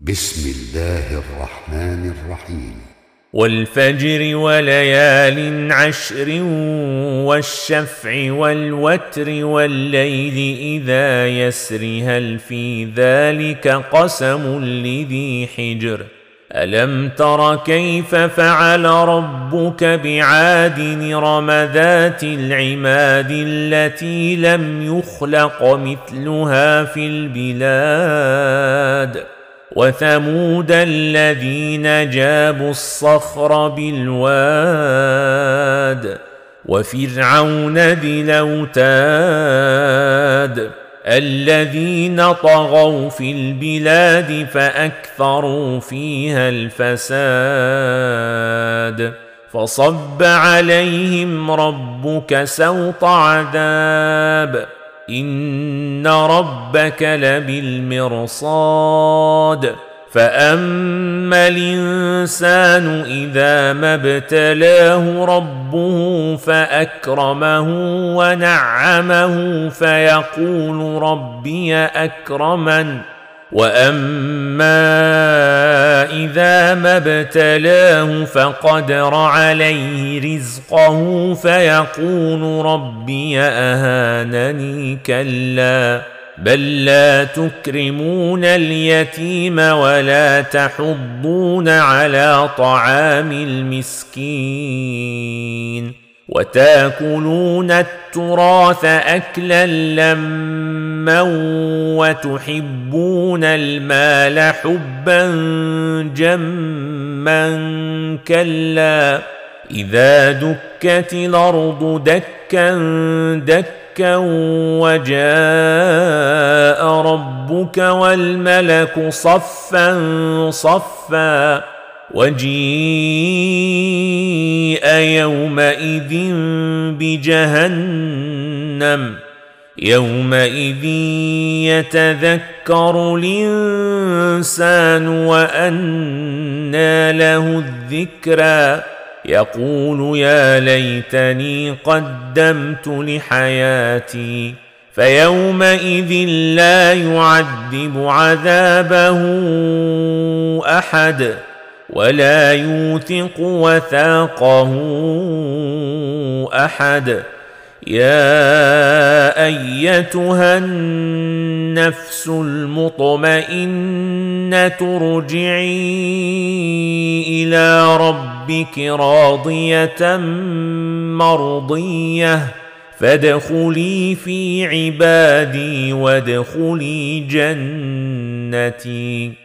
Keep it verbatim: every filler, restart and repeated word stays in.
بسم الله الرحمن الرحيم. والفجر وليال عشر والشفع والوتر والليل إذا يسر هل في ذلك قسم لذي حجر ألم تر كيف فعل ربك بعاد إرم ذات العماد التي لم يخلق مثلها في البلاد وثمود الذين جابوا الصخر بالواد وفرعون ذي الأوتاد الذين طغوا في البلاد فأكثروا فيها الفساد فصب عليهم ربك سوط عذاب إن ربك لبالمرصاد فأما الإنسان إذا ما ابتلاه ربه فأكرمه ونعمه فيقول ربي أكرمن وأما إذا ما ابتلاه فقدر عليه رزقه فيقول ربي أهانني كلا بل لا تكرمون اليتيم ولا تحضون على طعام المسكين وتاكلون التراث أكلا لما وتحبون المال حبا جما كلا إذا دكت الأرض دكا دكا وجاء ربك والملك صفا صفا وجيء يومئذ بجهنم يومئذ يتذكر الإنسان وأنى له الذكرى يقول يا ليتني قدمت لحياتي فيومئذ لا يعذب عذابه أحد ولا يوثق وثاقه أحد يا أيتها النفس المطمئنة ارجعي إلى ربك راضية مرضية فادخلي في عبادي وادخلي جنتي.